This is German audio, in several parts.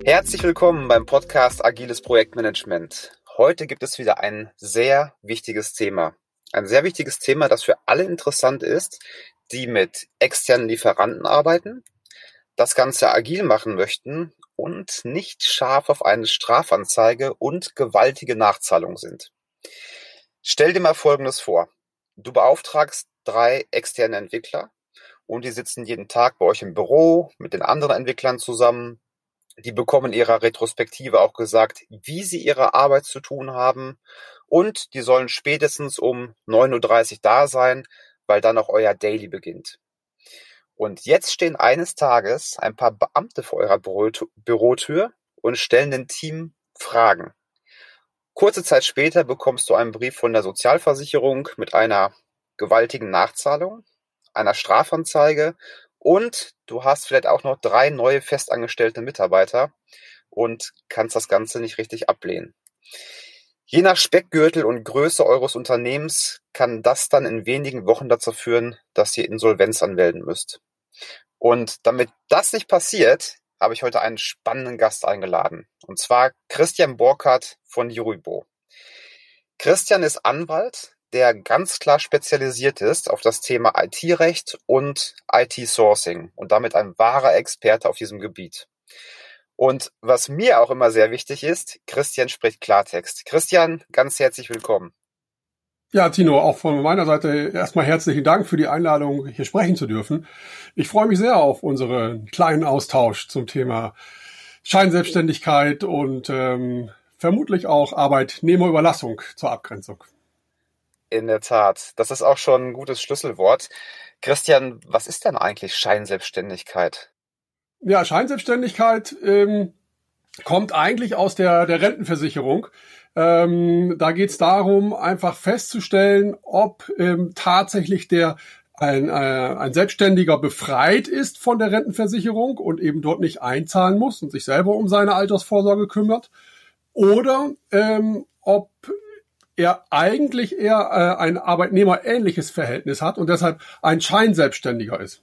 Herzlich willkommen beim Podcast Agiles Projektmanagement. Heute gibt es wieder ein sehr wichtiges Thema. Ein sehr wichtiges Thema, das für alle interessant ist, die mit externen Lieferanten arbeiten, das Ganze agil machen möchten und nicht scharf auf eine Strafanzeige und gewaltige Nachzahlung sind. Stell dir mal Folgendes vor. Du beauftragst 3 externe Entwickler und die sitzen jeden Tag bei euch im Büro mit den anderen Entwicklern zusammen. Die bekommen in ihrer Retrospektive auch gesagt, wie sie ihre Arbeit zu tun haben, und die sollen spätestens um 9:30 Uhr da sein, weil dann auch euer Daily beginnt. Und jetzt stehen eines Tages ein paar Beamte vor eurer Bürotür und stellen dem Team Fragen. Kurze Zeit später bekommst du einen Brief von der Sozialversicherung mit einer gewaltigen Nachzahlung, einer Strafanzeige, und du hast vielleicht auch noch 3 neue festangestellte Mitarbeiter und kannst das Ganze nicht richtig ablehnen. Je nach Speckgürtel und Größe eures Unternehmens kann das dann in wenigen Wochen dazu führen, dass ihr Insolvenz anmelden müsst. Und damit das nicht passiert, habe ich heute einen spannenden Gast eingeladen. Und zwar Christian Borkert von Juribo. Christian ist Anwalt, der ganz klar spezialisiert ist auf das Thema IT-Recht und IT-Sourcing und damit ein wahrer Experte auf diesem Gebiet. Und was mir auch immer sehr wichtig ist, Christian spricht Klartext. Christian, ganz herzlich willkommen. Ja, Tino, auch von meiner Seite erstmal herzlichen Dank für die Einladung, hier sprechen zu dürfen. Ich freue mich sehr auf unseren kleinen Austausch zum Thema Scheinselbstständigkeit und vermutlich auch Arbeitnehmerüberlassung zur Abgrenzung. In der Tat, das ist auch schon ein gutes Schlüsselwort. Christian, was ist denn eigentlich Scheinselbstständigkeit? Ja, Scheinselbstständigkeit kommt eigentlich aus der Rentenversicherung. Da geht es darum, einfach festzustellen, ob tatsächlich ein Selbstständiger befreit ist von der Rentenversicherung und eben dort nicht einzahlen muss und sich selber um seine Altersvorsorge kümmert, oder ob er eigentlich eher ein arbeitnehmerähnliches Verhältnis hat und deshalb ein Scheinselbstständiger ist.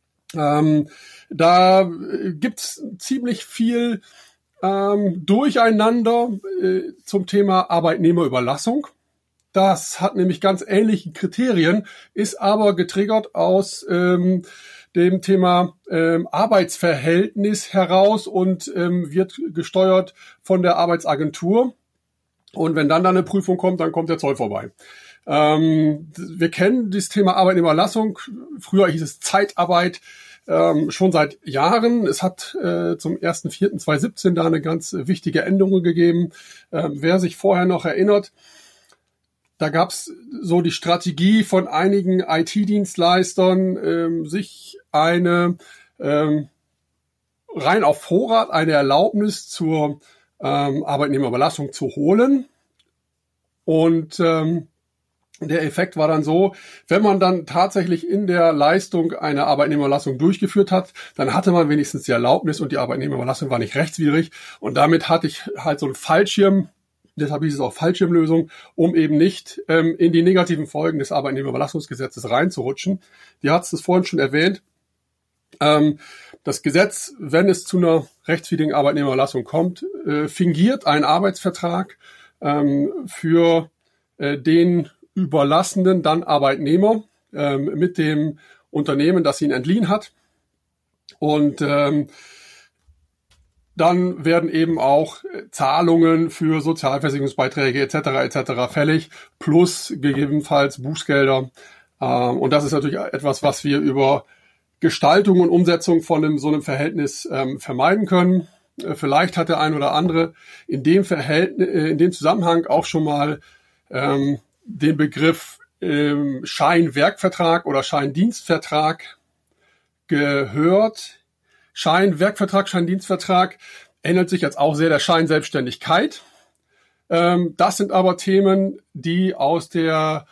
Da gibt's ziemlich viel Durcheinander zum Thema Arbeitnehmerüberlassung. Das hat nämlich ganz ähnliche Kriterien, ist aber getriggert aus dem Thema Arbeitsverhältnis heraus und wird gesteuert von der Arbeitsagentur. Und wenn dann eine Prüfung kommt, dann kommt der Zoll vorbei. Wir kennen das Thema Arbeitnehmerüberlassung. Früher hieß es Zeitarbeit. Schon seit Jahren. Es hat zum 1.4.2017 da eine ganz wichtige Änderung gegeben. Wer sich vorher noch erinnert, da gab es so die Strategie von einigen IT-Dienstleistern, sich eine rein auf Vorrat eine Erlaubnis zur Arbeitnehmerüberlassung zu holen. Und der Effekt war dann so, wenn man dann tatsächlich in der Leistung eine Arbeitnehmerüberlassung durchgeführt hat, dann hatte man wenigstens die Erlaubnis und die Arbeitnehmerüberlassung war nicht rechtswidrig. Und damit hatte ich halt so einen Fallschirm, deshalb hieß es auch Fallschirmlösung, um eben nicht in die negativen Folgen des Arbeitnehmerüberlassungsgesetzes reinzurutschen. Die hat es vorhin schon erwähnt. Das Gesetz, wenn es zu einer rechtswidrigen Arbeitnehmerüberlassung kommt, fingiert einen Arbeitsvertrag für den Überlassenen, dann Arbeitnehmer, mit dem Unternehmen, das ihn entliehen hat. Und dann werden eben auch Zahlungen für Sozialversicherungsbeiträge etc. fällig, plus gegebenenfalls Bußgelder. Und das ist natürlich etwas, was wir über Gestaltung und Umsetzung von so einem Verhältnis vermeiden können. Vielleicht hat der ein oder andere in dem Zusammenhang auch schon mal den Begriff Scheinwerkvertrag oder Scheindienstvertrag gehört. Scheinwerkvertrag, Scheindienstvertrag ändert sich jetzt auch sehr der Scheinselbstständigkeit. Das sind aber Themen, die aus der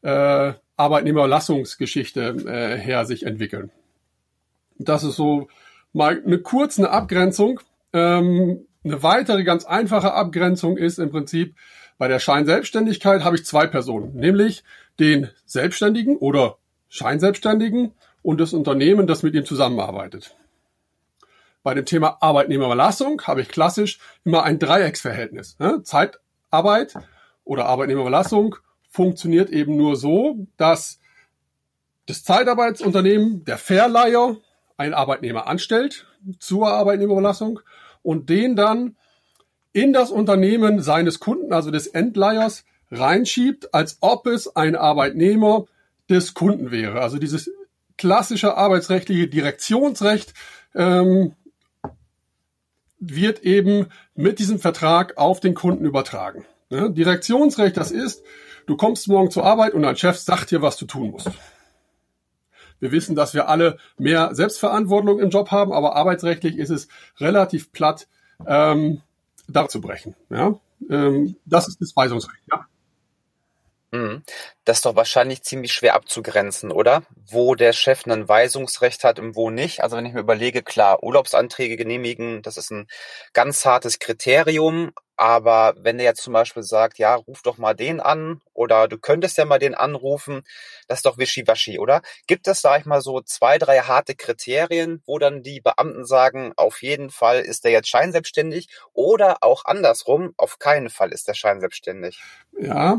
Arbeitnehmerüberlassungsgeschichte her sich entwickeln. Das ist so mal eine kurze Abgrenzung. Eine weitere ganz einfache Abgrenzung ist im Prinzip, bei der Scheinselbstständigkeit habe ich 2 Personen, nämlich den Selbstständigen oder Scheinselbstständigen und das Unternehmen, das mit ihm zusammenarbeitet. Bei dem Thema Arbeitnehmerüberlassung habe ich klassisch immer ein Dreiecksverhältnis. Zeitarbeit oder Arbeitnehmerüberlassung funktioniert eben nur so, dass das Zeitarbeitsunternehmen, der Verleiher, einen Arbeitnehmer anstellt zur Arbeitnehmerüberlassung und den dann in das Unternehmen seines Kunden, also des Endleihers, reinschiebt, als ob es ein Arbeitnehmer des Kunden wäre. Also dieses klassische arbeitsrechtliche Direktionsrecht wird eben mit diesem Vertrag auf den Kunden übertragen. Direktionsrecht, das ist, du kommst morgen zur Arbeit und dein Chef sagt dir, was du tun musst. Wir wissen, dass wir alle mehr Selbstverantwortung im Job haben, aber arbeitsrechtlich ist es relativ platt, darzubrechen. Ja? Das ist das Weisungsrecht. Ja? Das ist doch wahrscheinlich ziemlich schwer abzugrenzen, oder? Wo der Chef ein Weisungsrecht hat und wo nicht. Also wenn ich mir überlege, klar, Urlaubsanträge genehmigen, das ist ein ganz hartes Kriterium. Aber wenn der jetzt zum Beispiel sagt, ja, ruf doch mal den an oder du könntest ja mal den anrufen, das ist doch wischiwaschi, oder? Gibt es, sag ich mal, so 2, 3 harte Kriterien, wo dann die Beamten sagen, auf jeden Fall ist der jetzt scheinselbstständig oder auch andersrum, auf keinen Fall ist der scheinselbstständig? Ja,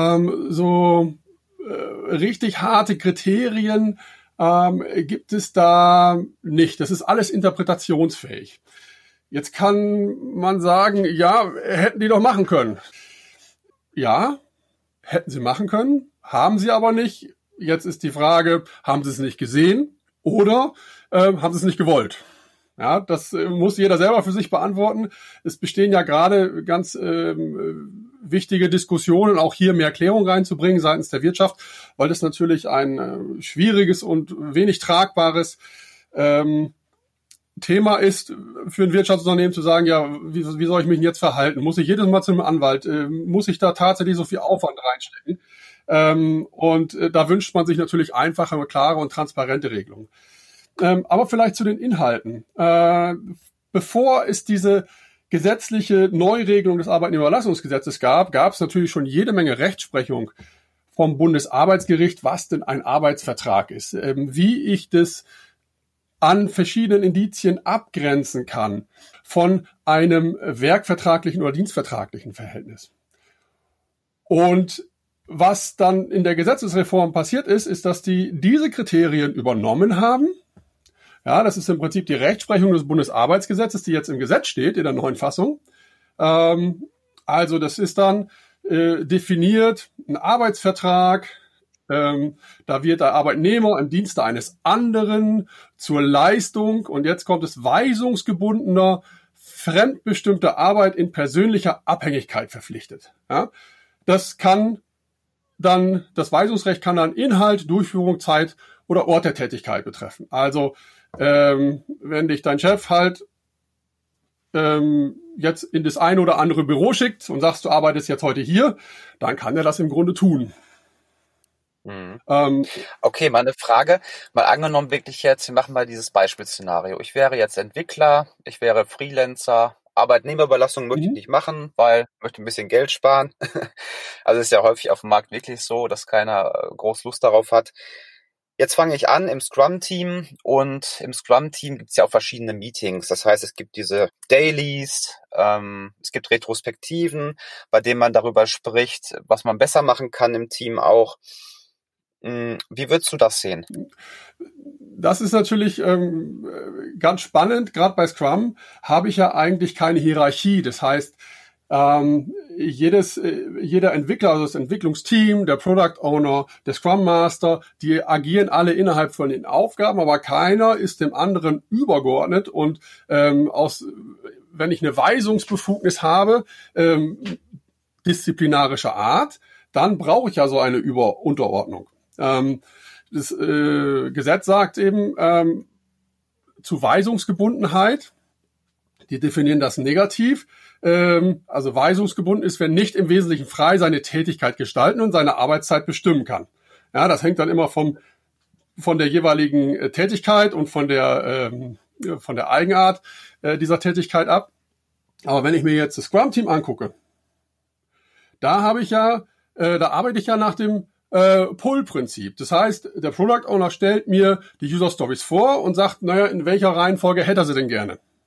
richtig harte Kriterien gibt es da nicht. Das ist alles interpretationsfähig. Jetzt kann man sagen, ja, hätten die doch machen können. Ja, hätten sie machen können, haben sie aber nicht. Jetzt ist die Frage, haben sie es nicht gesehen oder haben sie es nicht gewollt? Ja, das muss jeder selber für sich beantworten. Es bestehen ja gerade ganz wichtige Diskussionen, auch hier mehr Klärung reinzubringen seitens der Wirtschaft, weil das natürlich ein schwieriges und wenig tragbares Thema ist für ein Wirtschaftsunternehmen zu sagen, ja, wie soll ich mich denn jetzt verhalten? Muss ich jedes Mal zu einem Anwalt? Muss ich da tatsächlich so viel Aufwand reinstecken? Und da wünscht man sich natürlich einfache, klare und transparente Regelungen. Aber vielleicht zu den Inhalten. Bevor es diese gesetzliche Neuregelung des Arbeitnehmerüberlassungsgesetzes gab es natürlich schon jede Menge Rechtsprechung vom Bundesarbeitsgericht, was denn ein Arbeitsvertrag ist, wie ich das an verschiedenen Indizien abgrenzen kann von einem werkvertraglichen oder dienstvertraglichen Verhältnis. Und was dann in der Gesetzesreform passiert ist, dass die diese Kriterien übernommen haben. Ja, das ist im Prinzip die Rechtsprechung des Bundesarbeitsgesetzes, die jetzt im Gesetz steht, in der neuen Fassung. Also das ist dann definiert, ein Arbeitsvertrag, da wird der Arbeitnehmer im Dienste eines anderen zur Leistung, und jetzt kommt es, weisungsgebundener, fremdbestimmter Arbeit in persönlicher Abhängigkeit verpflichtet. Ja, das Weisungsrecht kann dann Inhalt, Durchführung, Zeit oder Ort der Tätigkeit betreffen. Also, wenn dich dein Chef halt jetzt in das eine oder andere Büro schickt und sagst, du arbeitest jetzt heute hier, dann kann er das im Grunde tun. Okay, mal eine Frage. Mal angenommen wirklich jetzt, wir machen mal dieses Beispielszenario. Ich wäre jetzt Entwickler, ich wäre Freelancer, Arbeitnehmerüberlassung möchte ich nicht machen, weil ich möchte ein bisschen Geld sparen. Also ist ja häufig auf dem Markt wirklich so, dass keiner groß Lust darauf hat. Jetzt fange ich an im Scrum-Team und im Scrum-Team gibt es ja auch verschiedene Meetings. Das heißt, es gibt diese Dailies, es gibt Retrospektiven, bei denen man darüber spricht, was man besser machen kann im Team auch. Wie würdest du das sehen? Das ist natürlich ganz spannend. Gerade bei Scrum habe ich ja eigentlich keine Hierarchie. Das heißt, jeder Entwickler, also das Entwicklungsteam, der Product Owner, der Scrum Master, die agieren alle innerhalb von den Aufgaben, aber keiner ist dem anderen übergeordnet. Und wenn ich eine Weisungsbefugnis habe, disziplinarischer Art, dann brauche ich ja so eine Unterordnung. Das Gesetz sagt eben zu Weisungsgebundenheit, die definieren das negativ. Also weisungsgebunden ist, wenn nicht im Wesentlichen frei seine Tätigkeit gestalten und seine Arbeitszeit bestimmen kann. Ja, das hängt dann immer von der jeweiligen Tätigkeit und von der Eigenart dieser Tätigkeit ab. Aber wenn ich mir jetzt das Scrum-Team angucke, da arbeite ich ja nach dem Pull-Prinzip. Das heißt, der Product Owner stellt mir die User Stories vor und sagt, naja, in welcher Reihenfolge hätte er sie denn gerne?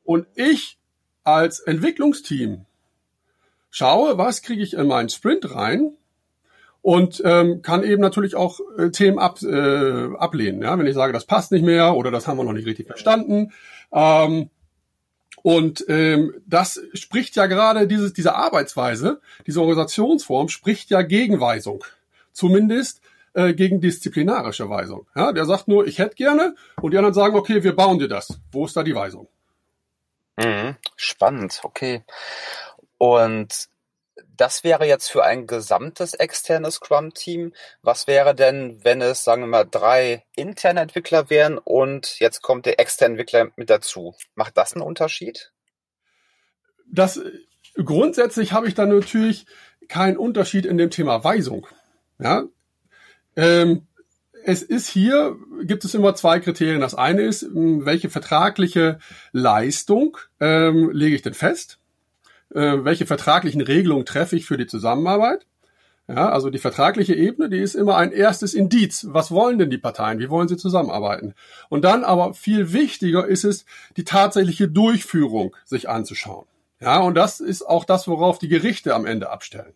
Und ich als Entwicklungsteam schaue, was kriege ich in meinen Sprint rein und kann eben natürlich auch Themen ablehnen. Ja? Wenn ich sage, das passt nicht mehr oder das haben wir noch nicht richtig verstanden. Das spricht ja gerade diese Arbeitsweise, diese Organisationsform spricht ja gegen Weisung. Zumindest gegen disziplinarische Weisung. Ja, der sagt nur, ich hätte gerne, und die anderen sagen, okay, wir bauen dir das. Wo ist da die Weisung? Spannend, okay. Und das wäre jetzt für ein gesamtes externes Scrum-Team. Was wäre denn, wenn es, sagen wir mal, 3 interne Entwickler wären und jetzt kommt der externe Entwickler mit dazu? Macht das einen Unterschied? Grundsätzlich habe ich da natürlich keinen Unterschied in dem Thema Weisung. Ja, gibt es immer 2 Kriterien. Das eine ist, welche vertragliche Leistung lege ich denn fest? Welche vertraglichen Regelungen treffe ich für die Zusammenarbeit? Ja, also die vertragliche Ebene, die ist immer ein erstes Indiz. Was wollen denn die Parteien? Wie wollen sie zusammenarbeiten? Und dann aber viel wichtiger ist es, die tatsächliche Durchführung sich anzuschauen. Ja, und das ist auch das, worauf die Gerichte am Ende abstellen.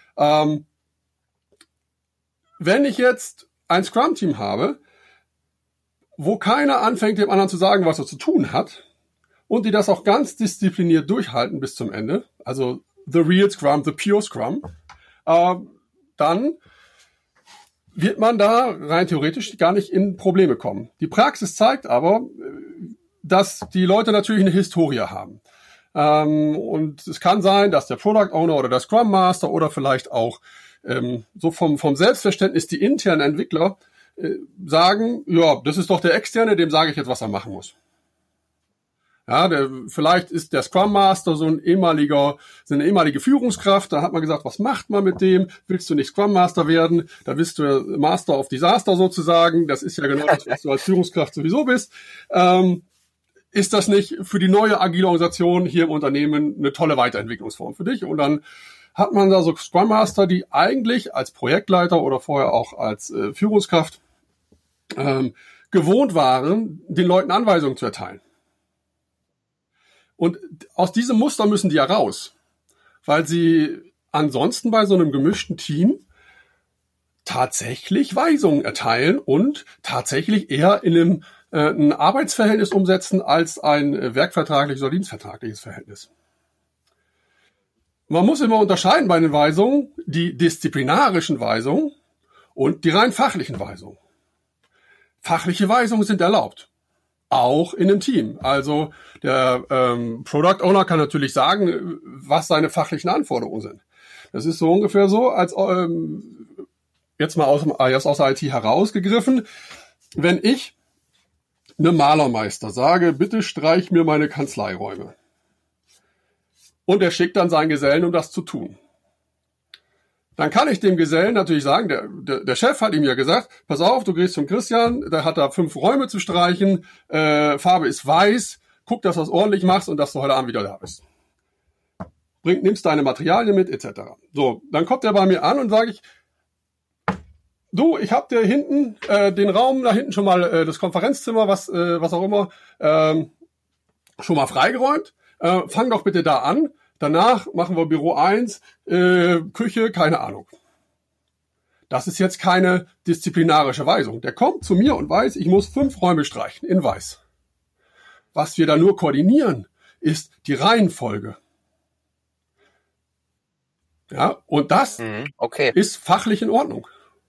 Wenn ich jetzt ein Scrum-Team habe, wo keiner anfängt, dem anderen zu sagen, was er zu tun hat, und die das auch ganz diszipliniert durchhalten bis zum Ende, also the real Scrum, the pure Scrum, dann wird man da rein theoretisch gar nicht in Probleme kommen. Die Praxis zeigt aber, dass die Leute natürlich eine Historie haben. Und es kann sein, dass der Product Owner oder der Scrum Master oder vielleicht auch so vom Selbstverständnis die internen Entwickler sagen, ja, das ist doch der Externe, dem sage ich jetzt, was er machen muss. Ja, vielleicht ist der Scrum Master so eine ehemalige Führungskraft, da hat man gesagt, was macht man mit dem? Willst du nicht Scrum Master werden? Da bist du Master of Disaster sozusagen. Das ist ja genau das, was du als Führungskraft sowieso bist. Ist das nicht für die neue agile Organisation hier im Unternehmen eine tolle Weiterentwicklungsform für dich? Und dann hat man da so Scrum Master, die eigentlich als Projektleiter oder vorher auch als Führungskraft gewohnt waren, den Leuten Anweisungen zu erteilen. Und aus diesem Muster müssen die ja raus, weil sie ansonsten bei so einem gemischten Team tatsächlich Weisungen erteilen und tatsächlich eher in ein Arbeitsverhältnis umsetzen als ein werkvertragliches oder dienstvertragliches Verhältnis. Man muss immer unterscheiden bei den Weisungen die disziplinarischen Weisungen und die rein fachlichen Weisungen. Fachliche Weisungen sind erlaubt. Auch in einem Team. Also der Product Owner kann natürlich sagen, was seine fachlichen Anforderungen sind. Das ist so ungefähr so, als jetzt mal aus der IT herausgegriffen, wenn ich einem Malermeister sage, bitte streich mir meine Kanzleiräume. Und er schickt dann seinen Gesellen, um das zu tun. Dann kann ich dem Gesellen natürlich sagen, der Chef hat ihm ja gesagt, pass auf, du gehst zum Christian, der hat da 5 Räume zu streichen, Farbe ist weiß, guck, dass du das ordentlich machst und dass du heute Abend wieder da bist. Nimmst deine Materialien mit, etc. So, dann kommt er bei mir an und sage ich, du, ich habe dir hinten den Raum, da hinten schon mal das Konferenzzimmer, was auch immer, schon mal freigeräumt. Fang doch bitte da an. Danach machen wir Büro 1, Küche, keine Ahnung. Das ist jetzt keine disziplinarische Weisung. Der kommt zu mir und weiß, ich muss 5 Räume streichen in weiß. Was wir da nur koordinieren, ist die Reihenfolge. Ja, und das ist fachlich in Ordnung.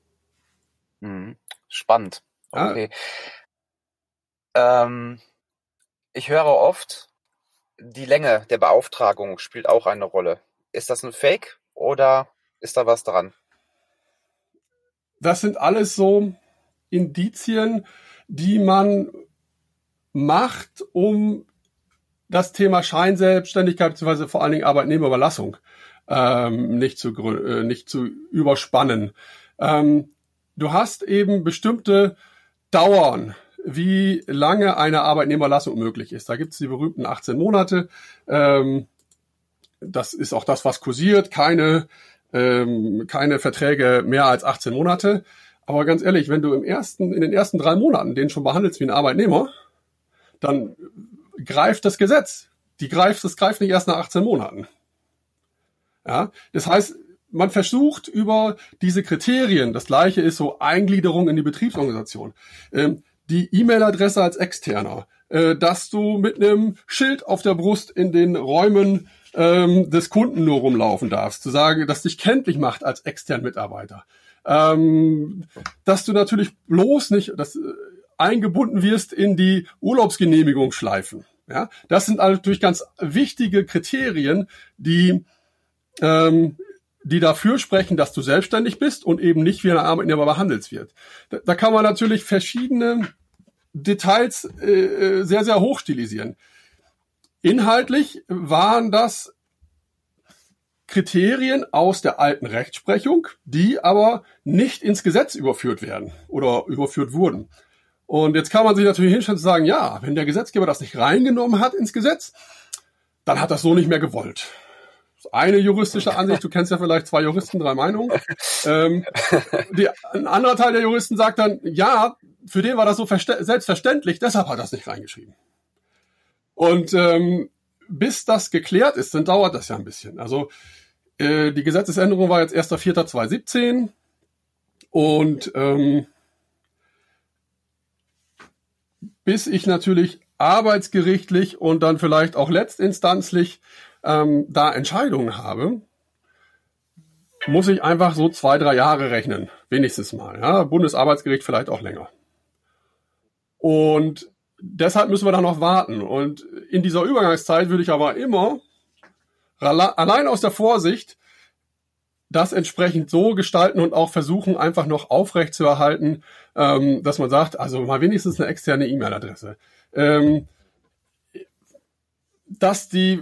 Spannend. Okay. Ja. Ich höre oft, die Länge der Beauftragung spielt auch eine Rolle. Ist das ein Fake oder ist da was dran? Das sind alles so Indizien, die man macht, um das Thema Scheinselbstständigkeit bzw. vor allen Dingen Arbeitnehmerüberlassung nicht zu überspannen. Du hast eben bestimmte Dauern, wie lange eine Arbeitnehmerlassung möglich ist. Da gibt es die berühmten 18 Monate. Das ist auch das, was kursiert. Keine Verträge mehr als 18 Monate. Aber ganz ehrlich, wenn du in den ersten 3 Monaten den schon behandelst wie ein Arbeitnehmer, dann greift das Gesetz. Das greift nicht erst nach 18 Monaten. Ja, das heißt, man versucht über diese Kriterien, das Gleiche ist so Eingliederung in die Betriebsorganisation, die E-Mail-Adresse als Externer, dass du mit einem Schild auf der Brust in den Räumen des Kunden nur rumlaufen darfst, zu sagen, dass dich kenntlich macht als externen Mitarbeiter, dass du natürlich bloß nicht eingebunden wirst in die Urlaubsgenehmigungsschleifen. Ja, das sind natürlich ganz wichtige Kriterien, die dafür sprechen, dass du selbstständig bist und eben nicht wie ein Arbeitnehmer behandelt wird. Da kann man natürlich verschiedene Details sehr, sehr hoch stilisieren. Inhaltlich waren das Kriterien aus der alten Rechtsprechung, die aber nicht ins Gesetz überführt werden oder überführt wurden. Und jetzt kann man sich natürlich hinstellen und sagen, ja, wenn der Gesetzgeber das nicht reingenommen hat ins Gesetz, dann hat das so nicht mehr gewollt. Eine juristische Ansicht, du kennst ja vielleicht 2 Juristen, 3 Meinungen. Ein anderer Teil der Juristen sagt dann, ja, für den war das so selbstverständlich, deshalb hat er das nicht reingeschrieben. Und bis das geklärt ist, dann dauert das ja ein bisschen. Also die Gesetzesänderung war jetzt 1.4.2017 und bis ich natürlich arbeitsgerichtlich und dann vielleicht auch letztinstanzlich da Entscheidungen habe, muss ich einfach so 2-3 Jahre rechnen, wenigstens mal. Ja? Bundesarbeitsgericht vielleicht auch länger. Und deshalb müssen wir da noch warten. Und in dieser Übergangszeit würde ich aber immer, allein aus der Vorsicht, das entsprechend so gestalten und auch versuchen, einfach noch aufrecht zu erhalten, dass man sagt, also mal wenigstens eine externe E-Mail-Adresse. Dass die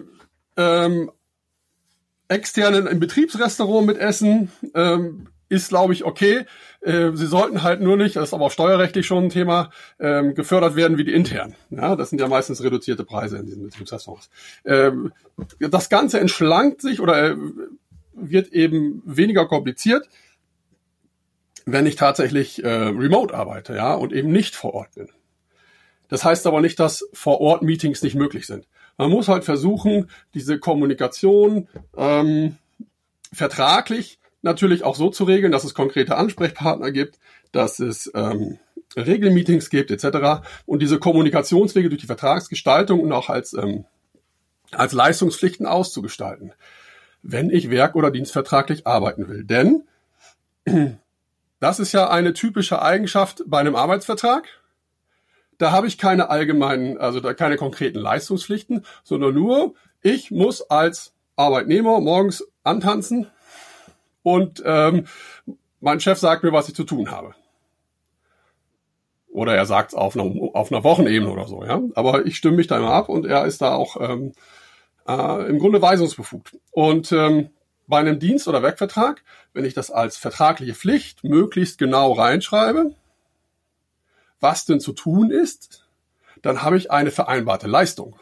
Externen im Betriebsrestaurant mitessen, ist, glaube ich, okay. Sie sollten halt nur nicht, das ist aber auch steuerrechtlich schon ein Thema, gefördert werden wie die internen. Ja, das sind ja meistens reduzierte Preise in diesen Betriebsrestaurants. Das Ganze entschlankt sich oder wird eben weniger kompliziert, wenn ich tatsächlich remote arbeite, ja, und eben nicht vor Ort bin. Das heißt aber nicht, dass Vor-Ort-Meetings nicht möglich sind. Man muss halt versuchen, diese Kommunikation vertraglich natürlich auch so zu regeln, dass es konkrete Ansprechpartner gibt, dass es Regelmeetings gibt etc. Und diese Kommunikationswege durch die Vertragsgestaltung und auch als Leistungspflichten auszugestalten, wenn ich werk- oder dienstvertraglich arbeiten will. Denn das ist ja eine typische Eigenschaft bei einem Arbeitsvertrag. Da habe ich keine allgemeinen, also da keine konkreten Leistungspflichten, sondern nur, ich muss als Arbeitnehmer morgens antanzen und mein Chef sagt mir, was ich zu tun habe. Oder er sagt es auf einer Wochenebene oder so, ja. Aber ich stimme mich da immer ab und er ist da auch im Grunde weisungsbefugt. Und bei einem Dienst- oder Werkvertrag, wenn ich das als vertragliche Pflicht möglichst genau reinschreibe, was denn zu tun ist, dann habe ich eine vereinbarte Leistung.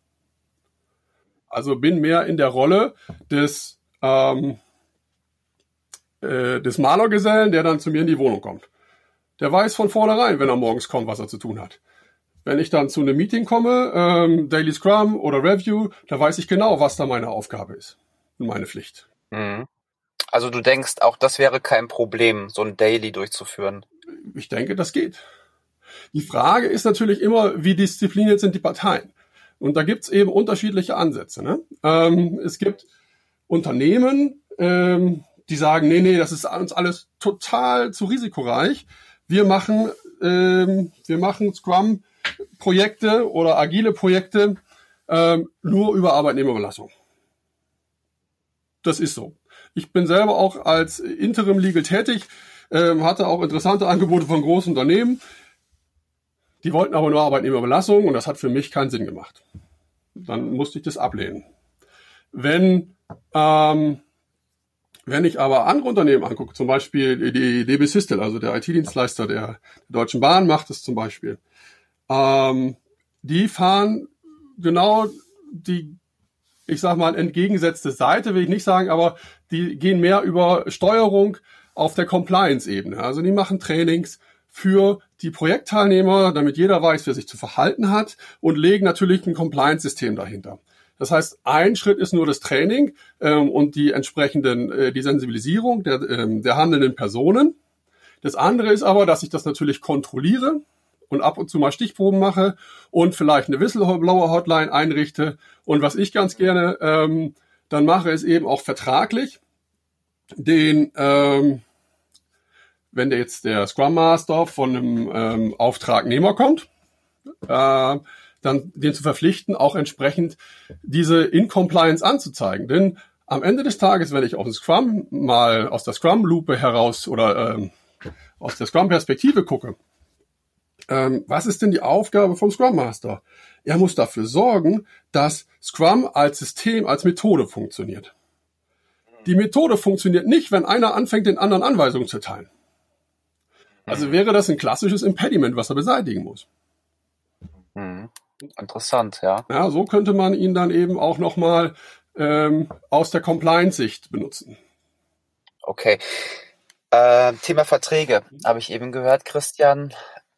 Also bin mehr in der Rolle des Malergesellen, der dann zu mir in die Wohnung kommt. Der weiß von vornherein, wenn er morgens kommt, was er zu tun hat. Wenn ich dann zu einem Meeting komme, Daily Scrum oder Review, da weiß ich genau, was da meine Aufgabe ist und meine Pflicht. Also du denkst, auch das wäre kein Problem, so ein Daily durchzuführen? Ich denke, das geht. Die Frage ist natürlich immer, wie diszipliniert sind die Parteien? Und da gibt's eben unterschiedliche Ansätze. Ne? Es gibt Unternehmen, die sagen, nee, das ist uns alles total zu risikoreich. Wir machen Scrum-Projekte oder agile Projekte nur über Arbeitnehmerbelastung. Das ist so. Ich bin selber auch als Interim Legal tätig, hatte auch interessante Angebote von großen Unternehmen. Die wollten aber nur Arbeitnehmerbelastung und das hat für mich keinen Sinn gemacht. Dann musste ich das ablehnen. Wenn ich aber andere Unternehmen angucke, zum Beispiel die DB Systel, also der IT-Dienstleister der Deutschen Bahn macht es zum Beispiel, die fahren genau die, ich sag mal, entgegengesetzte Seite, will ich nicht sagen, aber die gehen mehr über Steuerung auf der Compliance-Ebene. Also die machen Trainings für die Projektteilnehmer, damit jeder weiß, wer sich zu verhalten hat, und legen natürlich ein Compliance-System dahinter. Das heißt, ein Schritt ist nur das Training und die Sensibilisierung der handelnden Personen. Das andere ist aber, dass ich das natürlich kontrolliere und ab und zu mal Stichproben mache und vielleicht eine Whistleblower-Hotline einrichte. Und was ich ganz gerne dann mache, ist eben auch vertraglich wenn jetzt der Scrum Master von einem Auftragnehmer kommt, dann den zu verpflichten, auch entsprechend diese In-Compliance anzuzeigen. Denn am Ende des Tages, wenn ich auf den Scrum mal aus der Scrum-Lupe heraus oder aus der Scrum-Perspektive gucke, was ist denn die Aufgabe vom Scrum Master? Er muss dafür sorgen, dass Scrum als System, als Methode funktioniert. Die Methode funktioniert nicht, wenn einer anfängt, den anderen Anweisungen zu erteilen. Also wäre das ein klassisches Impediment, was er beseitigen muss. Interessant, ja. Ja, so könnte man ihn dann eben auch nochmal aus der Compliance-Sicht benutzen. Okay. Thema Verträge habe ich eben gehört, Christian.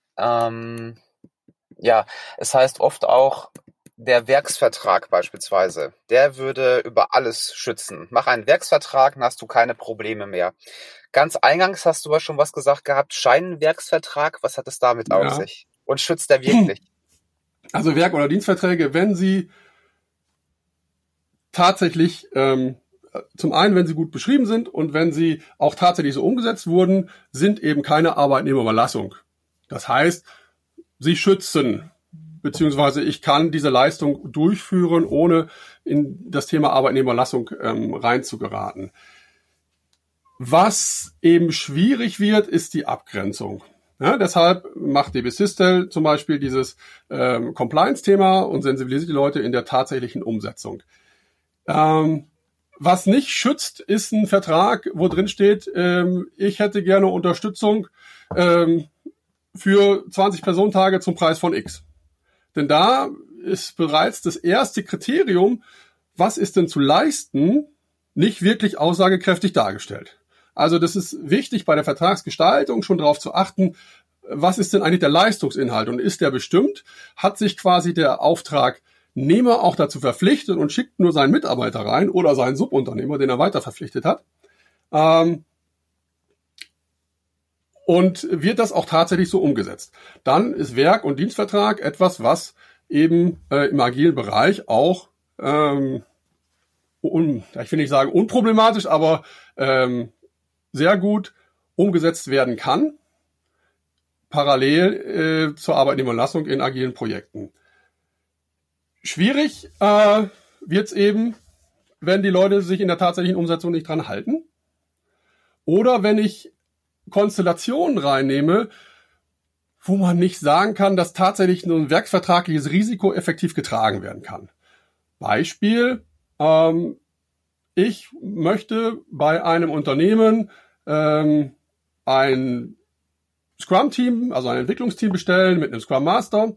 Ja, es heißt oft auch, der Werksvertrag beispielsweise, der würde über alles schützen. Mach einen Werksvertrag, dann hast du keine Probleme mehr. Ganz eingangs hast du aber schon was gesagt gehabt, Scheinwerksvertrag, was hat es damit auf sich? Und schützt der wirklich? Also Werk- oder Dienstverträge, wenn sie tatsächlich, zum einen, wenn sie gut beschrieben sind und wenn sie auch tatsächlich so umgesetzt wurden, sind eben keine Arbeitnehmerüberlassung. Das heißt, sie schützen, beziehungsweise ich kann diese Leistung durchführen, ohne in das Thema Arbeitnehmerüberlassung reinzugeraten. Was eben schwierig wird, ist die Abgrenzung. Ja, deshalb macht DB Systel zum Beispiel dieses Compliance-Thema und sensibilisiert die Leute in der tatsächlichen Umsetzung. Was nicht schützt, ist ein Vertrag, wo drin steht, ich hätte gerne Unterstützung für 20 Personentage zum Preis von X. Denn da ist bereits das erste Kriterium, was ist denn zu leisten, nicht wirklich aussagekräftig dargestellt. Also das ist wichtig bei der Vertragsgestaltung schon darauf zu achten, was ist denn eigentlich der Leistungsinhalt und ist der bestimmt? Hat sich quasi der Auftragnehmer auch dazu verpflichtet und schickt nur seinen Mitarbeiter rein oder seinen Subunternehmer, den er weiter verpflichtet hat? Und wird das auch tatsächlich so umgesetzt? Dann ist Werk- und Dienstvertrag etwas, was eben im agilen Bereich auch, ich will nicht sagen unproblematisch, aber sehr gut umgesetzt werden kann, parallel zur Arbeitnehmerüberlassung in agilen Projekten. Schwierig wird es eben, wenn die Leute sich in der tatsächlichen Umsetzung nicht dran halten oder wenn ich Konstellationen reinnehme, wo man nicht sagen kann, dass tatsächlich nur ein werksvertragliches Risiko effektiv getragen werden kann. Beispiel, ich möchte bei einem Unternehmen ein Scrum-Team, also ein Entwicklungsteam bestellen mit einem Scrum Master.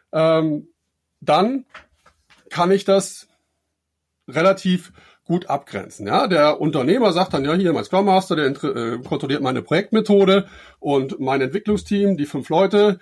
Dann kann ich das relativ gut abgrenzen. Ja, der Unternehmer sagt dann, ja, hier mein Scrum Master, der kontrolliert meine Projektmethode und mein Entwicklungsteam, die 5 Leute,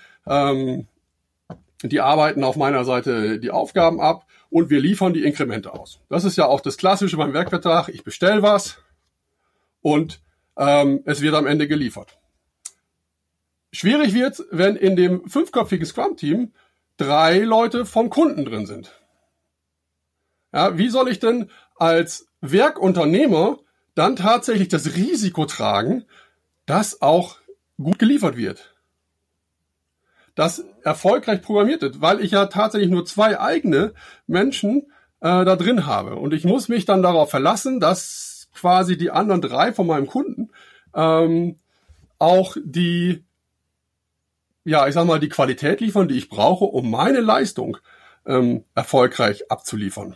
die arbeiten auf meiner Seite die Aufgaben ab und wir liefern die Inkremente aus. Das ist ja auch das Klassische beim Werkvertrag. Ich bestelle was und es wird am Ende geliefert. Schwierig wird's, wenn in dem 5-köpfigen Scrum-Team 3 Leute vom Kunden drin sind. Ja, wie soll ich denn als Werkunternehmer dann tatsächlich das Risiko tragen, dass auch gut geliefert wird? Das erfolgreich programmiert wird, weil ich ja tatsächlich nur 2 eigene Menschen da drin habe. Und ich muss mich dann darauf verlassen, dass quasi die anderen 3 von meinem Kunden auch die, ja, ich sag mal, die Qualität liefern, die ich brauche, um meine Leistung erfolgreich abzuliefern.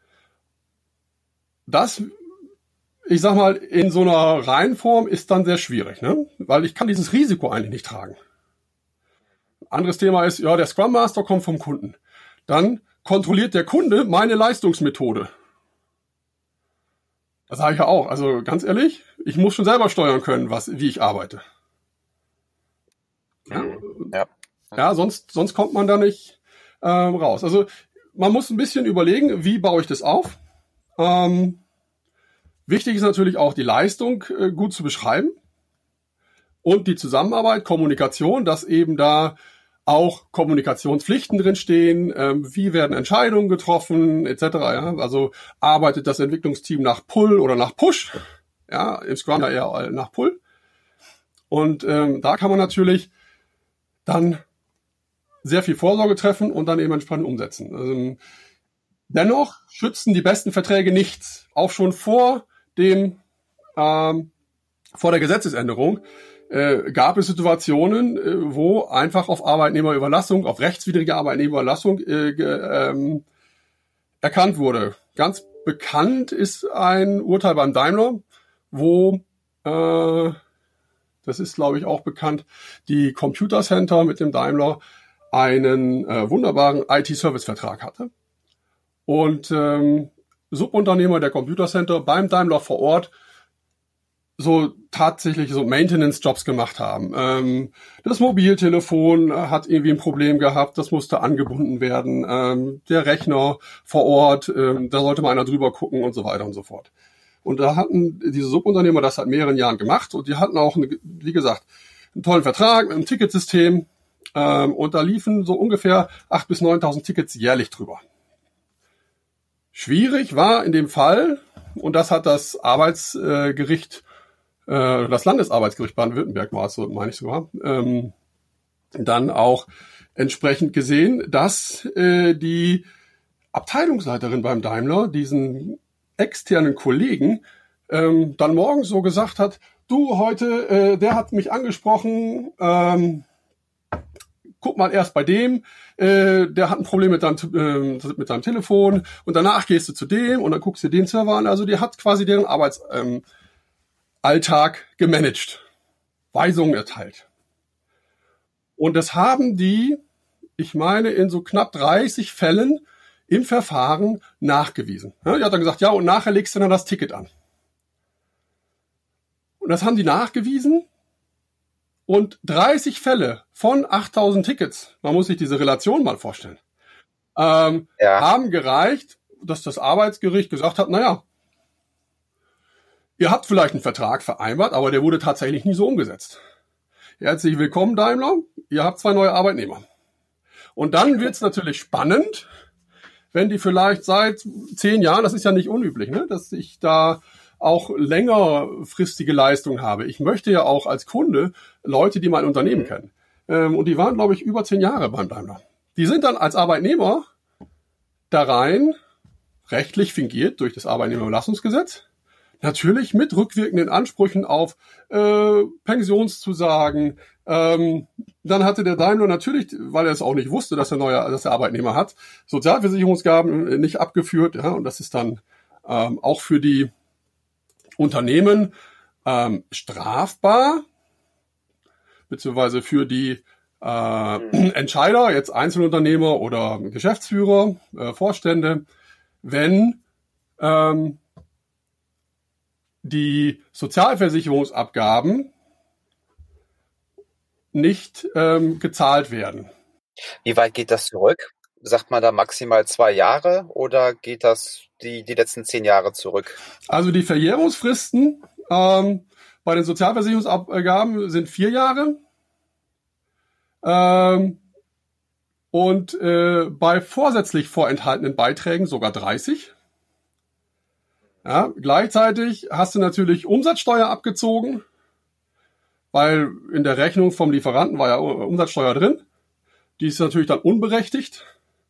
Das, ich sag mal, in so einer Reihenform ist dann sehr schwierig, ne? Weil ich kann dieses Risiko eigentlich nicht tragen. Anderes Thema ist, ja, der Scrum Master kommt vom Kunden. Dann kontrolliert der Kunde meine Leistungsmethode. Das sage ich ja auch. Also ganz ehrlich, ich muss schon selber steuern können, wie ich arbeite. Ja? Ja, sonst kommt man da nicht raus. Also man muss ein bisschen überlegen, wie baue ich das auf. Wichtig ist natürlich auch die Leistung gut zu beschreiben und die Zusammenarbeit, Kommunikation, dass eben da auch Kommunikationspflichten drinstehen, wie werden Entscheidungen getroffen, etc. Ja? Also arbeitet das Entwicklungsteam nach Pull oder nach Push? Ja, im Scrum ja eher nach Pull. Und da kann man natürlich dann sehr viel Vorsorge treffen und dann eben entsprechend umsetzen. Dennoch schützen die besten Verträge nichts. Auch schon vor der Gesetzesänderung gab es Situationen, wo einfach auf Arbeitnehmerüberlassung, auf rechtswidrige Arbeitnehmerüberlassung erkannt wurde. Ganz bekannt ist ein Urteil beim Daimler, wo, das ist glaube ich auch bekannt, die Computer Center mit dem Daimler einen wunderbaren IT-Service-Vertrag hatte. Und Subunternehmer der Computer Center beim Daimler vor Ort so tatsächlich so Maintenance-Jobs gemacht haben. Das Mobiltelefon hat irgendwie ein Problem gehabt, das musste angebunden werden. Der Rechner vor Ort, da sollte mal einer drüber gucken und so weiter und so fort. Und da hatten diese Subunternehmer das seit mehreren Jahren gemacht und die hatten auch, wie gesagt, einen tollen Vertrag mit einem Ticketsystem und da liefen so ungefähr 8.000 bis 9.000 Tickets jährlich drüber. Schwierig war in dem Fall, und das hat das Arbeitsgericht, das Landesarbeitsgericht Baden-Württemberg war es so, meine ich sogar, dann auch entsprechend gesehen, dass die Abteilungsleiterin beim Daimler diesen externen Kollegen dann morgens so gesagt hat, du heute, der hat mich angesprochen, guck mal erst bei dem, der hat ein Problem mit seinem Telefon und danach gehst du zu dem und dann guckst du den Server an. Also die hat quasi deren Alltag gemanagt, Weisungen erteilt. Und das haben die, ich meine, in so knapp 30 Fällen im Verfahren nachgewiesen. Ja, die hat dann gesagt, ja, und nachher legst du dann das Ticket an. Und das haben die nachgewiesen. Und 30 Fälle von 8.000 Tickets, man muss sich diese Relation mal vorstellen, haben gereicht, dass das Arbeitsgericht gesagt hat, naja, ihr habt vielleicht einen Vertrag vereinbart, aber der wurde tatsächlich nie so umgesetzt. Herzlich willkommen, Daimler, ihr habt 2 neue Arbeitnehmer. Und dann wird's natürlich spannend, wenn die vielleicht seit 10 Jahren, das ist ja nicht unüblich, ne, dass ich da auch längerfristige Leistung habe. Ich möchte ja auch als Kunde Leute, die mein Unternehmen kennen. Und die waren, glaube ich, über 10 Jahre beim Daimler. Die sind dann als Arbeitnehmer da rein, rechtlich fingiert durch das Arbeitnehmerüberlassungsgesetz, natürlich mit rückwirkenden Ansprüchen auf Pensionszusagen. Dann hatte der Daimler natürlich, weil er es auch nicht wusste, dass der Arbeitnehmer hat, Sozialversicherungsgaben nicht abgeführt. Ja, und das ist dann auch für die Unternehmen strafbar, beziehungsweise für die Entscheider, jetzt Einzelunternehmer oder Geschäftsführer, Vorstände, wenn die Sozialversicherungsabgaben nicht gezahlt werden. Wie weit geht das zurück? Sagt man da maximal 2 Jahre oder geht das die letzten 10 Jahre zurück? Also die Verjährungsfristen bei den Sozialversicherungsabgaben sind 4 Jahre. Und bei vorsätzlich vorenthaltenen Beiträgen sogar 30. Ja, gleichzeitig hast du natürlich Umsatzsteuer abgezogen, weil in der Rechnung vom Lieferanten war ja Umsatzsteuer drin. Die ist natürlich dann unberechtigt.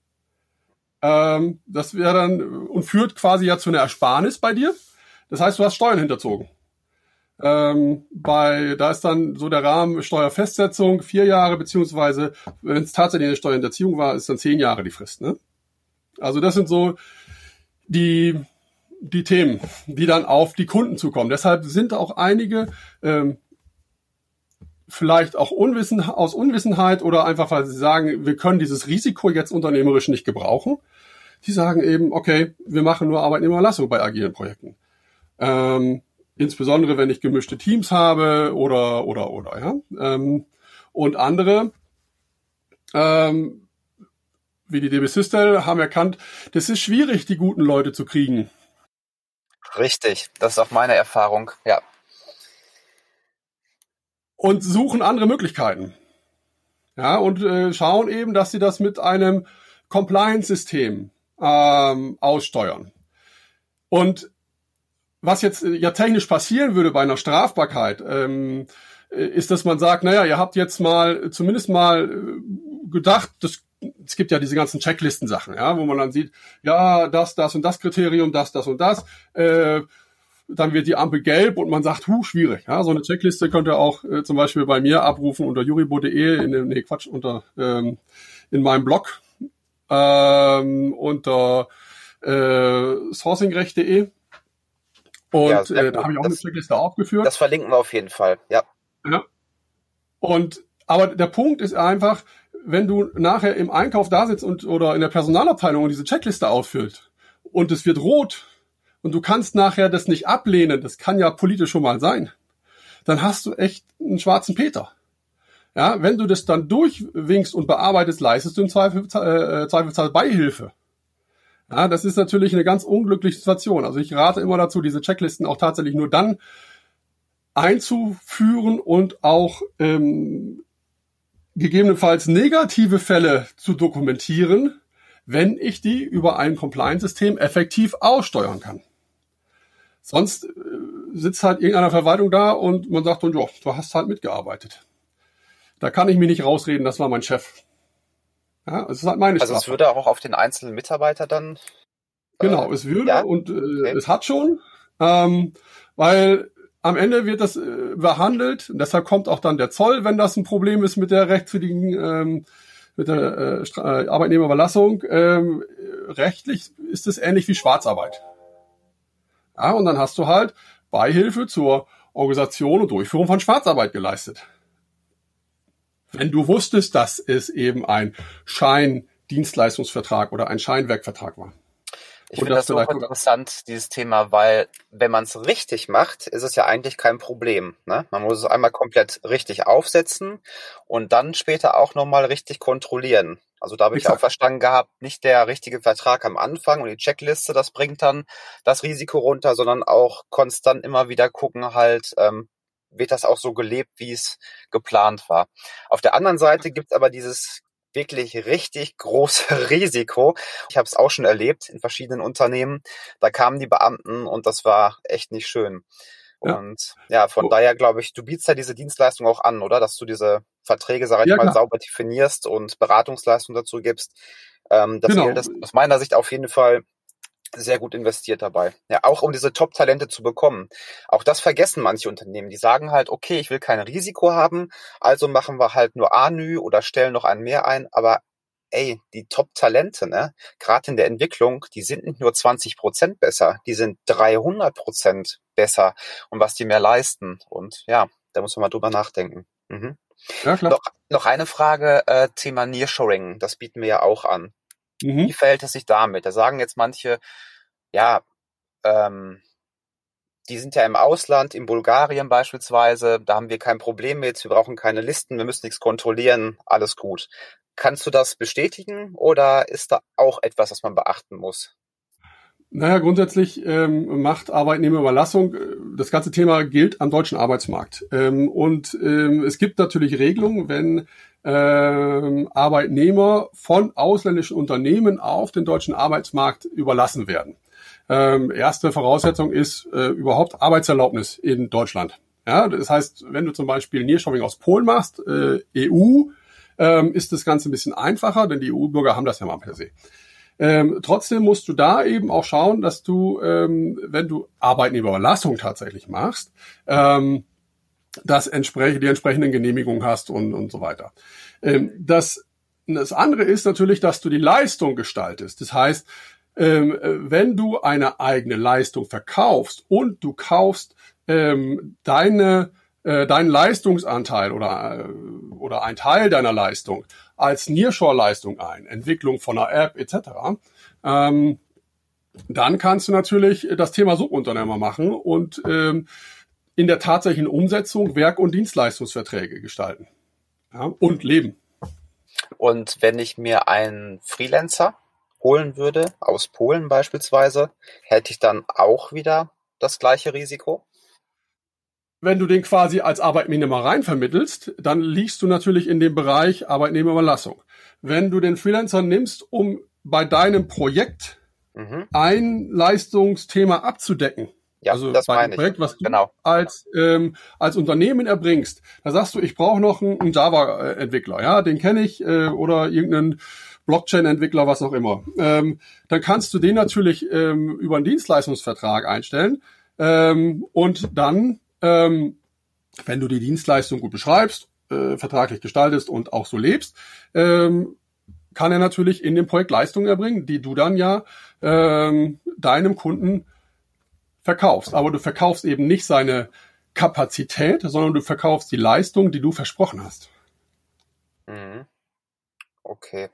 Das wäre dann und führt quasi ja zu einer Ersparnis bei dir. Das heißt, du hast Steuern hinterzogen. Da ist dann so der Rahmen Steuerfestsetzung 4 Jahre, beziehungsweise wenn es tatsächlich eine Steuerhinterziehung war, ist dann 10 Jahre die Frist. Ne? Also das sind so die Themen, die dann auf die Kunden zukommen. Deshalb sind auch einige vielleicht auch aus Unwissenheit oder einfach, weil sie sagen, wir können dieses Risiko jetzt unternehmerisch nicht gebrauchen. Die sagen eben, okay, wir machen nur Arbeitnehmerüberlassung bei agilen Projekten. Insbesondere, wenn ich gemischte Teams habe oder, ja. Und andere wie die DB Systel haben erkannt, das ist schwierig, die guten Leute zu kriegen. Richtig, das ist auch meine Erfahrung, ja. Und suchen andere Möglichkeiten. Ja, und schauen eben, dass sie das mit einem Compliance-System aussteuern. Und was jetzt ja technisch passieren würde bei einer Strafbarkeit, ist, dass man sagt, naja, ihr habt jetzt zumindest mal gedacht, es gibt ja diese ganzen Checklisten-Sachen, ja, wo man dann sieht, ja, das und das Kriterium, das und das, dann wird die Ampel gelb und man sagt, schwierig. Ja, so eine Checkliste könnt ihr auch zum Beispiel bei mir abrufen unter juribo.de, in meinem Blog, unter sourcingrecht.de. Und Ja, da habe ich auch eine Checkliste aufgeführt. Das verlinken wir auf jeden Fall, ja. Ja. Aber der Punkt ist einfach, wenn du nachher im Einkauf da sitzt oder in der Personalabteilung und diese Checkliste ausfüllt und es wird rot und du kannst nachher das nicht ablehnen, das kann ja politisch schon mal sein, dann hast du echt einen schwarzen Peter. Ja, wenn du das dann durchwinkst und bearbeitest, leistest du im Zweifelsfall Beihilfe. Ja, das ist natürlich eine ganz unglückliche Situation. Also ich rate immer dazu, diese Checklisten auch tatsächlich nur dann einzuführen und auch gegebenenfalls negative Fälle zu dokumentieren, wenn ich die über ein Compliance-System effektiv aussteuern kann. Sonst sitzt halt irgendeiner Verwaltung da und man sagt, du hast halt mitgearbeitet. Da kann ich mich nicht rausreden, das war mein Chef. Ja, es ist halt meine Strafe. Also es würde auch auf den einzelnen Mitarbeiter dann... Genau, es würde ja? und es hat schon, weil am Ende wird das behandelt. Und deshalb kommt auch dann der Zoll, wenn das ein Problem ist mit der rechtswidrigen, mit der Arbeitnehmerüberlassung. Rechtlich ist es ähnlich wie Schwarzarbeit. Ja, und dann hast du halt Beihilfe zur Organisation und Durchführung von Schwarzarbeit geleistet. Wenn du wusstest, dass es eben ein Scheindienstleistungsvertrag oder ein Scheinwerkvertrag war. Ich finde das auch interessant, dieses Thema, weil wenn man es richtig macht, ist es ja eigentlich kein Problem. Ne? Man muss es einmal komplett richtig aufsetzen und dann später auch nochmal richtig kontrollieren. Also da habe ich auch verstanden gehabt, nicht der richtige Vertrag am Anfang und die Checkliste, das bringt dann das Risiko runter, sondern auch konstant immer wieder gucken halt, wird das auch so gelebt, wie es geplant war. Auf der anderen Seite gibt es aber dieses wirklich richtig große Risiko. Ich habe es auch schon erlebt in verschiedenen Unternehmen. Da kamen die Beamten und das war echt nicht schön. Und ja, von daher glaube ich, du bietest ja diese Dienstleistung auch an, oder? Dass du diese Verträge, sage ich mal, sauber definierst und Beratungsleistung dazu gibst. Das ist aus meiner Sicht auf jeden Fall sehr gut investiert dabei. Ja, auch um diese Top-Talente zu bekommen. Auch das vergessen manche Unternehmen. Die sagen halt, okay, ich will kein Risiko haben, also machen wir halt nur ANÜ oder stellen noch einen mehr ein. Aber ey, die Top-Talente, ne, gerade in der Entwicklung, die sind nicht nur 20% besser, die sind 300% besser und was die mehr leisten. Und ja, da muss man mal drüber nachdenken. Mhm. Ja, klar. Noch eine Frage, Thema Nearshoring, das bieten wir ja auch an. Wie verhält es sich damit? Da sagen jetzt manche, ja, die sind ja im Ausland, in Bulgarien beispielsweise, da haben wir kein Problem mit, wir brauchen keine Listen, wir müssen nichts kontrollieren, alles gut. Kannst du das bestätigen oder ist da auch etwas, was man beachten muss? Naja, grundsätzlich macht Arbeitnehmerüberlassung, das ganze Thema gilt am deutschen Arbeitsmarkt. Es gibt natürlich Regelungen, wenn Arbeitnehmer von ausländischen Unternehmen auf den deutschen Arbeitsmarkt überlassen werden. Erste Voraussetzung ist überhaupt Arbeitserlaubnis in Deutschland. Ja, das heißt, wenn du zum Beispiel Nearshoring aus Polen machst, EU, ist das Ganze ein bisschen einfacher, denn die EU-Bürger haben das ja mal per se. Trotzdem musst du da eben auch schauen, dass du, wenn du Arbeitnehmerüberlassung tatsächlich machst, die entsprechenden Genehmigungen hast und so weiter. Das andere ist natürlich, dass du die Leistung gestaltest. Das heißt, wenn du eine eigene Leistung verkaufst und du kaufst deinen Leistungsanteil oder ein Teil deiner Leistung als Nearshore-Leistung ein, Entwicklung von einer App etc., dann kannst du natürlich das Thema Subunternehmer machen und in der tatsächlichen Umsetzung Werk- und Dienstleistungsverträge gestalten, ja, und leben. Und wenn ich mir einen Freelancer holen würde, aus Polen beispielsweise, hätte ich dann auch wieder das gleiche Risiko? Wenn du den quasi als Arbeitnehmer rein vermittelst, dann liegst du natürlich in dem Bereich Arbeitnehmerüberlassung. Wenn du den Freelancer nimmst, um bei deinem Projekt ein Leistungsthema abzudecken, Ja, also das bei dem meine ich. Projekt, was du Genau. als Unternehmen erbringst, da sagst du, ich brauche noch einen Java-Entwickler, ja, den kenne ich, oder irgendeinen Blockchain-Entwickler, was auch immer. Dann kannst du den natürlich über einen Dienstleistungsvertrag einstellen, und dann, wenn du die Dienstleistung gut beschreibst, vertraglich gestaltest und auch so lebst, kann er natürlich in dem Projekt Leistungen erbringen, die du dann ja deinem Kunden verkaufst. Aber du verkaufst eben nicht seine Kapazität, sondern du verkaufst die Leistung, die du versprochen hast. Okay.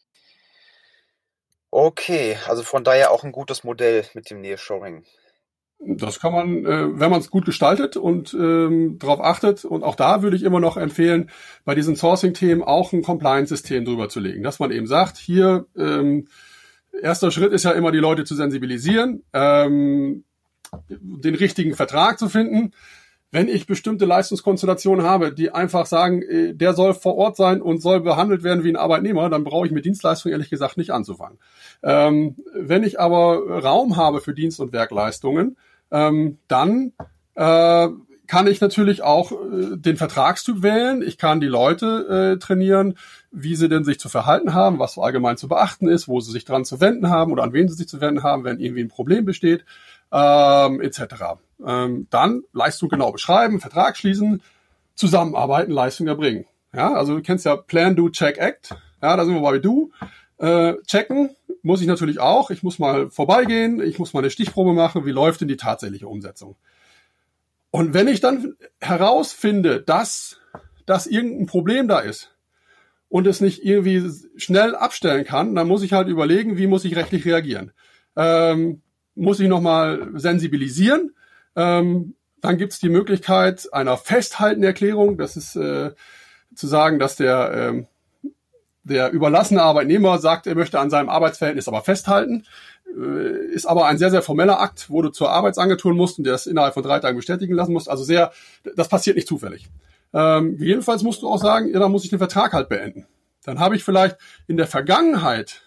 Okay, also von daher auch ein gutes Modell mit dem Nearshoring. Das kann man, wenn man es gut gestaltet und darauf achtet. Und auch da würde ich immer noch empfehlen, bei diesen Sourcing-Themen auch ein Compliance-System drüber zu legen. Dass man eben sagt, hier, erster Schritt ist ja immer, die Leute zu sensibilisieren, den richtigen Vertrag zu finden. Wenn ich bestimmte Leistungskonstellationen habe, die einfach sagen, der soll vor Ort sein und soll behandelt werden wie ein Arbeitnehmer, dann brauche ich mit Dienstleistungen ehrlich gesagt nicht anzufangen. Wenn ich aber Raum habe für Dienst- und Werkleistungen, dann kann ich natürlich auch den Vertragstyp wählen. Ich kann die Leute trainieren, wie sie denn sich zu verhalten haben, was so allgemein zu beachten ist, wo sie sich dran zu wenden haben oder an wen sie sich zu wenden haben, wenn irgendwie ein Problem besteht, etc. Dann Leistung genau beschreiben, Vertrag schließen, zusammenarbeiten, Leistung erbringen. Ja, also du kennst ja Plan, Do, Check, Act. Ja, da sind wir bei Do. Checken muss ich natürlich auch. Ich muss mal vorbeigehen, ich muss mal eine Stichprobe machen, wie läuft denn die tatsächliche Umsetzung. Und wenn ich dann herausfinde, dass irgendein Problem da ist und es nicht irgendwie schnell abstellen kann, dann muss ich halt überlegen, wie muss ich rechtlich reagieren. Muss ich nochmal sensibilisieren. Dann gibt es die Möglichkeit einer Festhaltenerklärung. Das ist zu sagen, dass der überlassene Arbeitnehmer sagt, er möchte an seinem Arbeitsverhältnis aber festhalten. Ist aber ein sehr, sehr formeller Akt, wo du zur Arbeitsagentur musst und der das innerhalb von 3 Tagen bestätigen lassen musst. Also das passiert nicht zufällig. Jedenfalls musst du auch sagen, ja, dann muss ich den Vertrag halt beenden. Dann habe ich vielleicht in der Vergangenheit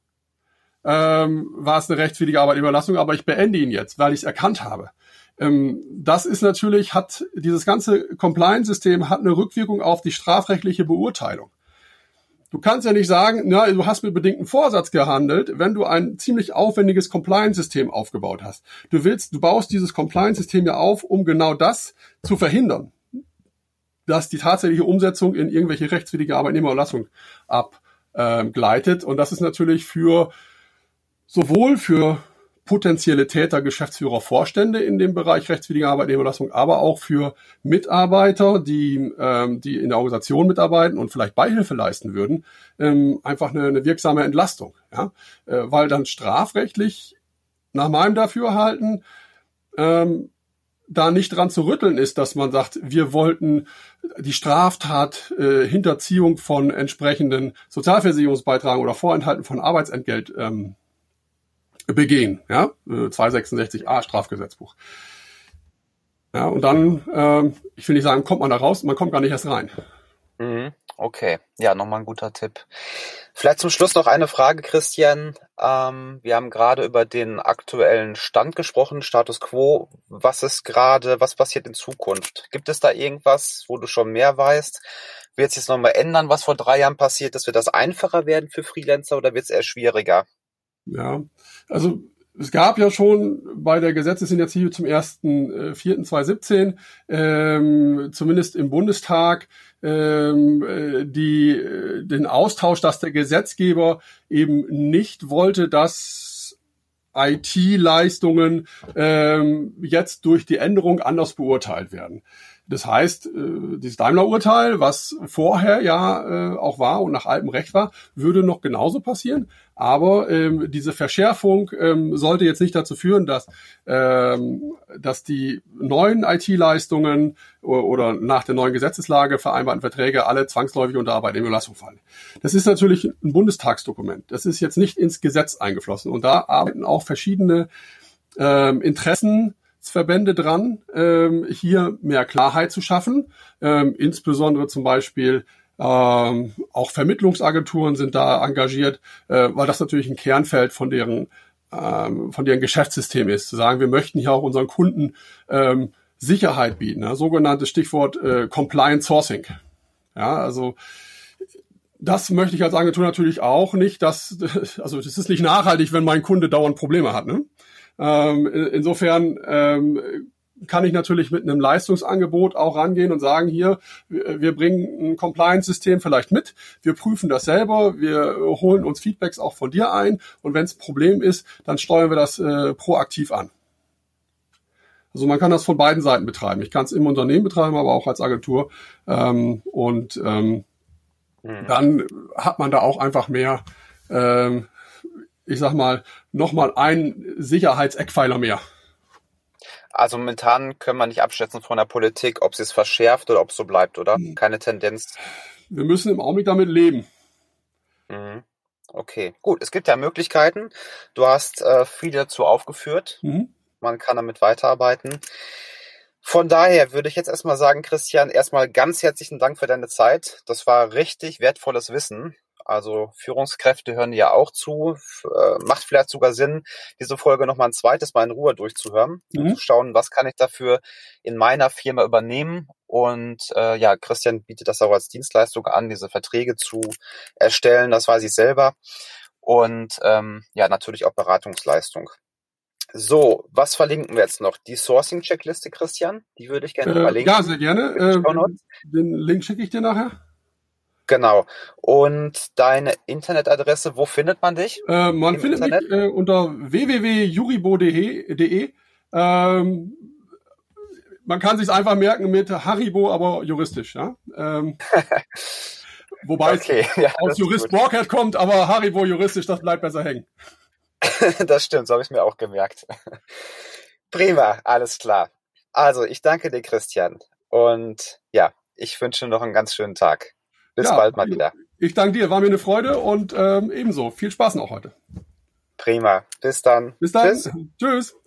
war es eine rechtswidrige Arbeitnehmerüberlassung, aber ich beende ihn jetzt, weil ich es erkannt habe. Das ist natürlich, dieses ganze Compliance-System hat eine Rückwirkung auf die strafrechtliche Beurteilung. Du kannst ja nicht sagen, na, du hast mit bedingtem Vorsatz gehandelt, wenn du ein ziemlich aufwendiges Compliance-System aufgebaut hast. Du baust dieses Compliance-System ja auf, um genau das zu verhindern, dass die tatsächliche Umsetzung in irgendwelche rechtswidrige Arbeitnehmerüberlassung abgleitet. Und das ist natürlich sowohl für potenzielle Täter, Geschäftsführer, Vorstände in dem Bereich rechtswidrige Arbeitnehmerüberlassung, aber auch für Mitarbeiter, die in der Organisation mitarbeiten und vielleicht Beihilfe leisten würden, einfach eine wirksame Entlastung. Ja? Weil dann strafrechtlich nach meinem Dafürhalten da nicht dran zu rütteln ist, dass man sagt, wir wollten die Straftat Hinterziehung von entsprechenden Sozialversicherungsbeitragen oder Vorenthalten von Arbeitsentgelt begehen, ja, 266a Strafgesetzbuch. Ja, und dann, ich will nicht sagen, kommt man da raus, man kommt gar nicht erst rein. Okay, ja, nochmal ein guter Tipp. Vielleicht zum Schluss noch eine Frage, Christian. Wir haben gerade über den aktuellen Stand gesprochen, Status Quo. Was passiert in Zukunft? Gibt es da irgendwas, wo du schon mehr weißt? Wird es jetzt nochmal ändern, was vor 3 Jahren passiert ist? Wird das einfacher werden für Freelancer oder wird es eher schwieriger? Ja, also es gab ja schon bei der Gesetzesinitiative zum 1.4.2017 zumindest im Bundestag den Austausch, dass der Gesetzgeber eben nicht wollte, dass IT-Leistungen jetzt durch die Änderung anders beurteilt werden. Das heißt, dieses Daimler-Urteil, was vorher ja auch war und nach altem Recht war, würde noch genauso passieren. Aber diese Verschärfung sollte jetzt nicht dazu führen, dass die neuen IT-Leistungen oder nach der neuen Gesetzeslage vereinbarten Verträge alle zwangsläufig unter Arbeitnehmerüberlassung fallen. Das ist natürlich ein Bundestagsdokument. Das ist jetzt nicht ins Gesetz eingeflossen. Und da arbeiten auch verschiedene Interessenverbände dran, hier mehr Klarheit zu schaffen. Insbesondere zum Beispiel auch Vermittlungsagenturen sind da engagiert, weil das natürlich ein Kernfeld von deren Geschäftssystem ist. Zu sagen, wir möchten hier auch unseren Kunden Sicherheit bieten. Ne? Sogenanntes Stichwort Compliant Sourcing. Ja, also das möchte ich als Agentur natürlich auch nicht, also das ist nicht nachhaltig, wenn mein Kunde dauernd Probleme hat. Ne? Insofern kann ich natürlich mit einem Leistungsangebot auch rangehen und sagen, hier, wir bringen ein Compliance-System vielleicht mit, wir prüfen das selber, wir holen uns Feedbacks auch von dir ein und wenn es ein Problem ist, dann steuern wir das proaktiv an. Also man kann das von beiden Seiten betreiben. Ich kann es im Unternehmen betreiben, aber auch als Agentur. Dann hat man da auch einfach mehr, ich sag mal, nochmal einen Sicherheitseckpfeiler mehr. Also momentan können wir nicht abschätzen von der Politik, ob sie es verschärft oder ob es so bleibt, oder? Keine Tendenz. Wir müssen im Augenblick damit leben. Okay, gut. Es gibt ja Möglichkeiten. Du hast viele dazu aufgeführt. Man kann damit weiterarbeiten. Von daher würde ich jetzt erstmal sagen, Christian, erstmal ganz herzlichen Dank für deine Zeit. Das war richtig wertvolles Wissen. Also Führungskräfte hören ja auch zu. Macht vielleicht sogar Sinn, diese Folge nochmal ein zweites Mal in Ruhe durchzuhören und zu schauen, was kann ich dafür in meiner Firma übernehmen. Und Christian bietet das auch als Dienstleistung an, diese Verträge zu erstellen. Das weiß ich selber. Und natürlich auch Beratungsleistung. So, was verlinken wir jetzt noch? Die Sourcing-Checkliste, Christian? Die würde ich gerne verlinken. Ja, sehr gerne. Den Link schicke ich dir nachher. Genau. Und deine Internetadresse, wo findet man dich? Man findet mich unter www.juribo.de. Man kann sich einfach merken mit Haribo, aber juristisch. Ja? Wobei es aus Jurist Borkert kommt, aber Haribo juristisch, das bleibt besser hängen. Das stimmt, so habe ich mir auch gemerkt. Prima, alles klar. Also, ich danke dir, Christian. Und ich wünsche noch einen ganz schönen Tag. Bis bald mal wieder. Ich danke dir, war mir eine Freude und ebenso. Viel Spaß noch heute. Prima, bis dann. Bis dann. Tschüss.